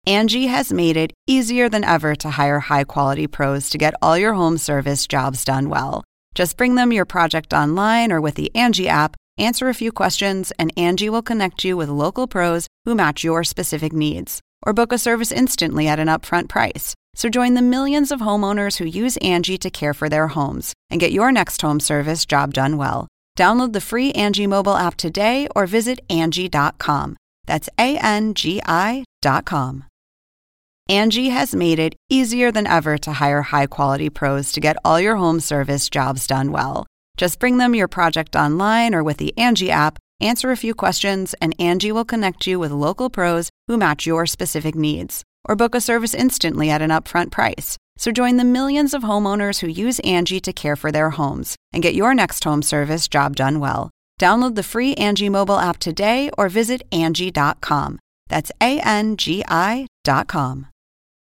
Angie has made it easier than ever to hire high-quality pros to get all your home service jobs done well. Just bring them your project online or with the Angie app, answer a few questions, and Angie will connect you with local pros who match your specific needs. Or book a service instantly at an upfront price. So join the millions of homeowners who use Angie to care for their homes and get your next home service job done well. Download the free Angie mobile app today or visit Angie.com. That's ANGI.com. Angie has made it easier than ever to hire high-quality pros to get all your home service jobs done well. Just bring them your project online or with the Angie app, answer a few questions, and Angie will connect you with local pros who match your specific needs. Or book a service instantly at an upfront price. So join the millions of homeowners who use Angie to care for their homes and get your next home service job done well. Download the free Angie mobile app today or visit Angie.com. That's ANGI.com.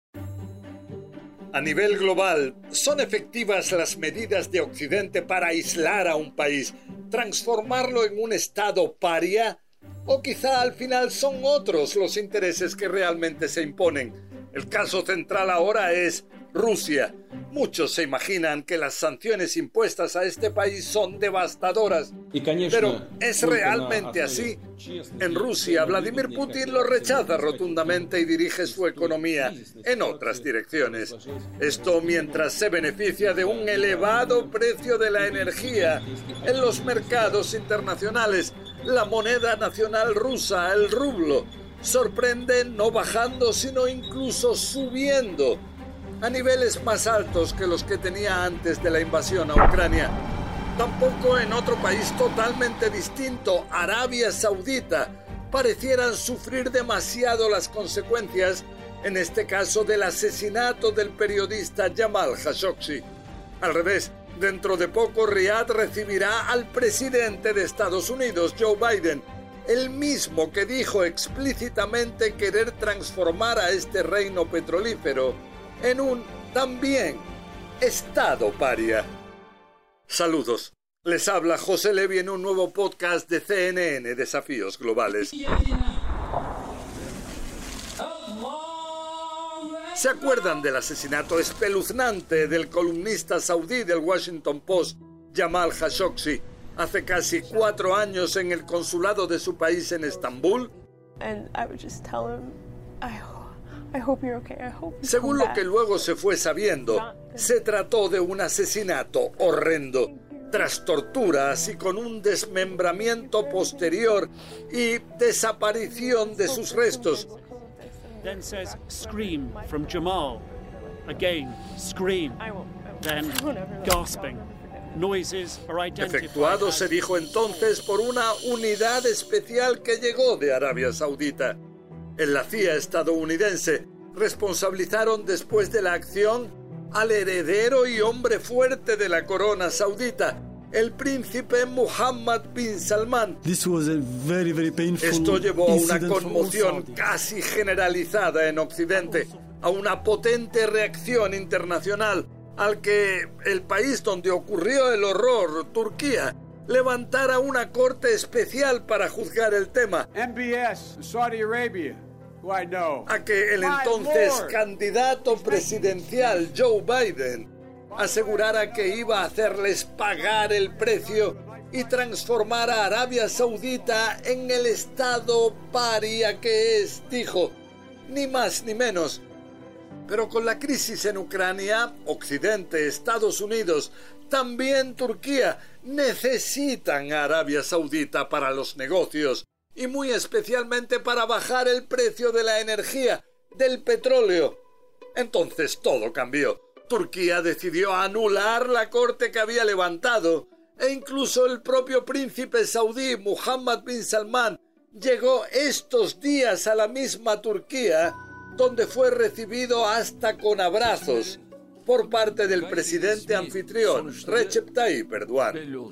A nivel global, ¿son efectivas las medidas de Occidente para aislar a un país, transformarlo en un estado paria? ¿O quizá al final son otros los intereses que realmente se imponen? El caso central ahora es Rusia. Muchos se imaginan que las sanciones impuestas a este país son devastadoras. Pero ¿es realmente así? En Rusia, Vladimir Putin lo rechaza rotundamente y dirige su economía en otras direcciones. Esto mientras se beneficia de un elevado precio de la energía en los mercados internacionales. La moneda nacional rusa, el rublo, sorprende no bajando, sino incluso subiendo a niveles más altos que los que tenía antes de la invasión a Ucrania. Tampoco en otro país totalmente distinto, Arabia Saudita, parecieran sufrir demasiado las consecuencias, en este caso del asesinato del periodista Jamal Khashoggi. Al revés, dentro de poco Riad recibirá al presidente de Estados Unidos, Joe Biden, el mismo que dijo explícitamente querer transformar a este reino petrolífero en un, también, estado paria. Saludos. Les habla José Levi en un nuevo podcast de CNN Desafíos Globales. ¿Se acuerdan del asesinato espeluznante del columnista saudí del Washington Post, Jamal Khashoggi, hace casi 4 años en el consulado de su país en Estambul? Según lo que luego se fue sabiendo, se trató de un asesinato horrendo, tras torturas y con un desmembramiento posterior y desaparición de sus restos. Then says, "Scream from Jamal." Again, scream. Then gasping. Noises are identified. Efectuado, se dijo entonces, por una unidad especial que llegó de Arabia Saudita. En la CIA estadounidense responsabilizaron después de la acción al heredero y hombre fuerte de la corona saudita, el príncipe Mohammed bin Salman. Esto llevó a una conmoción casi generalizada en Occidente, a una potente reacción internacional, al que el país donde ocurrió el horror, Turquía, levantara una corte especial para juzgar el tema. MBS, Saudi Arabia. A que el entonces candidato presidencial Joe Biden asegurara que iba a hacerles pagar el precio y transformar a Arabia Saudita en el estado paria que es, dijo, ni más ni menos. Pero con la crisis en Ucrania, Occidente, Estados Unidos, también Turquía, necesitan a Arabia Saudita para los negocios y muy especialmente para bajar el precio de la energía, del petróleo. Entonces todo cambió. Turquía decidió anular la corte que había levantado e incluso el propio príncipe saudí Mohammed bin Salman llegó estos días a la misma Turquía, donde fue recibido hasta con abrazos por parte del presidente anfitrión Recep Tayyip Erdogan.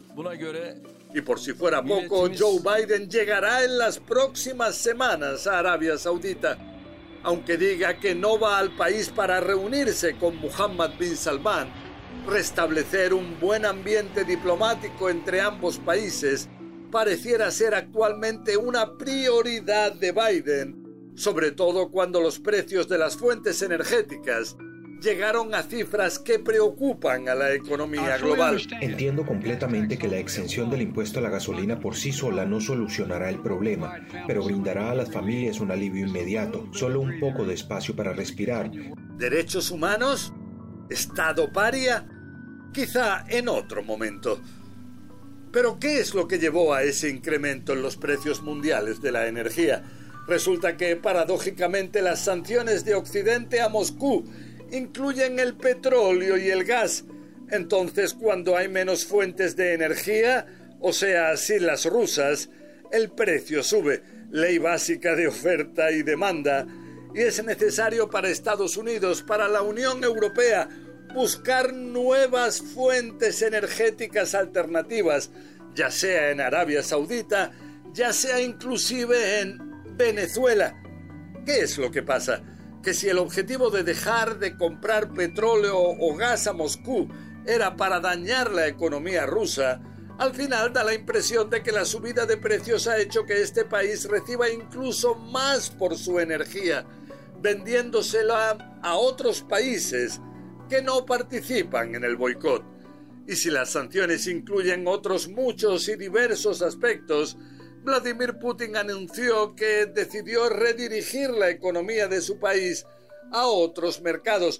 Y por si fuera poco, Joe Biden llegará en las próximas semanas a Arabia Saudita. Aunque diga que no va al país para reunirse con Mohammed bin Salman, restablecer un buen ambiente diplomático entre ambos países pareciera ser actualmente una prioridad de Biden, sobre todo cuando los precios de las fuentes energéticas llegaron a cifras que preocupan a la economía global. Entiendo completamente que la exención del impuesto a la gasolina por sí sola no solucionará el problema, pero brindará a las familias un alivio inmediato, solo un poco de espacio para respirar. ¿Derechos humanos? ¿Estado paria? Quizá en otro momento. Pero ¿qué es lo que llevó a ese incremento en los precios mundiales de la energía? Resulta que, paradójicamente, las sanciones de Occidente a Moscú incluyen el petróleo y el gas. Entonces, cuando hay menos fuentes de energía, o sea, sin las rusas, el precio sube, ley básica de oferta y demanda, y es necesario para Estados Unidos, para la Unión Europea, buscar nuevas fuentes energéticas alternativas, ya sea en Arabia Saudita, ya sea inclusive en Venezuela. ¿Qué es lo que pasa? Que si el objetivo de dejar de comprar petróleo o gas a Moscú era para dañar la economía rusa, al final da la impresión de que la subida de precios ha hecho que este país reciba incluso más por su energía, vendiéndosela a otros países que no participan en el boicot. Y si las sanciones incluyen otros muchos y diversos aspectos, Vladimir Putin anunció que decidió redirigir la economía de su país a otros mercados.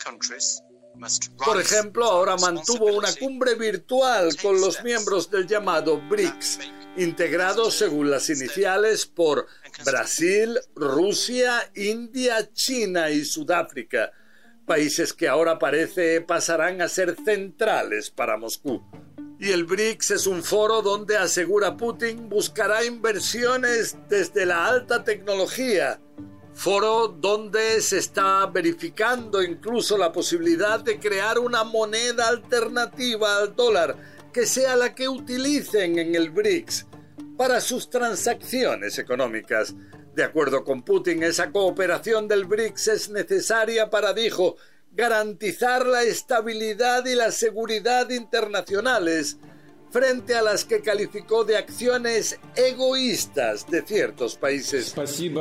Por ejemplo, ahora mantuvo una cumbre virtual con los miembros del llamado BRICS, integrados según las iniciales por Brasil, Rusia, India, China y Sudáfrica, países que ahora parece pasarán a ser centrales para Moscú. Y el BRICS es un foro donde, asegura Putin, buscará inversiones desde la alta tecnología. Foro donde se está verificando incluso la posibilidad de crear una moneda alternativa al dólar, que sea la que utilicen en el BRICS para sus transacciones económicas. De acuerdo con Putin, esa cooperación del BRICS es necesaria para, dijo, garantizar la estabilidad y la seguridad internacionales frente a las que calificó de acciones egoístas de ciertos países.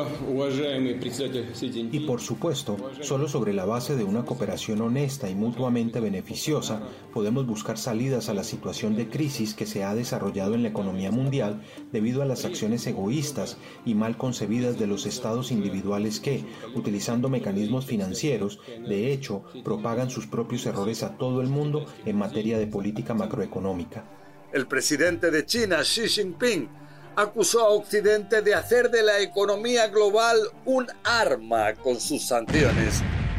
Y por supuesto, solo sobre la base de una cooperación honesta y mutuamente beneficiosa, podemos buscar salidas a la situación de crisis que se ha desarrollado en la economía mundial debido a las acciones egoístas y mal concebidas de los estados individuales que, utilizando mecanismos financieros, de hecho, propagan sus propios errores a todo el mundo en materia de política macroeconómica. El presidente de China, Xi Jinping, acusó a Occidente de hacer de la economía global un arma con sus sanciones.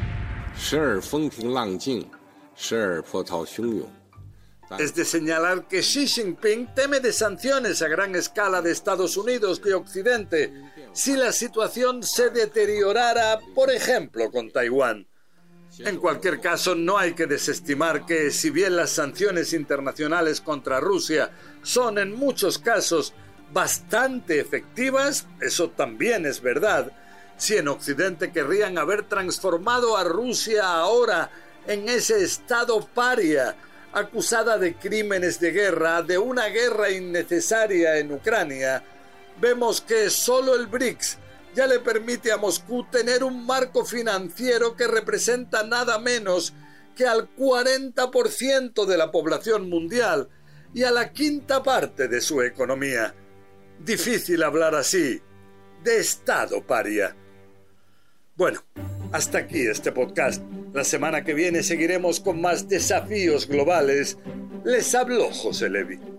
Es de señalar que Xi Jinping teme de sanciones a gran escala de Estados Unidos y Occidente si la situación se deteriorara, por ejemplo, con Taiwán. En cualquier caso, no hay que desestimar que, si bien las sanciones internacionales contra Rusia son en muchos casos bastante efectivas, eso también es verdad. Si en Occidente querrían haber transformado a Rusia ahora en ese estado paria, acusada de crímenes de guerra, de una guerra innecesaria en Ucrania, vemos que solo el BRICS ya le permite a Moscú tener un marco financiero que representa nada menos que al 40% de la población mundial y a la quinta parte de su economía. Difícil hablar así de estado paria. Bueno, hasta aquí este podcast. La semana que viene seguiremos con más desafíos globales. Les habló José Levi.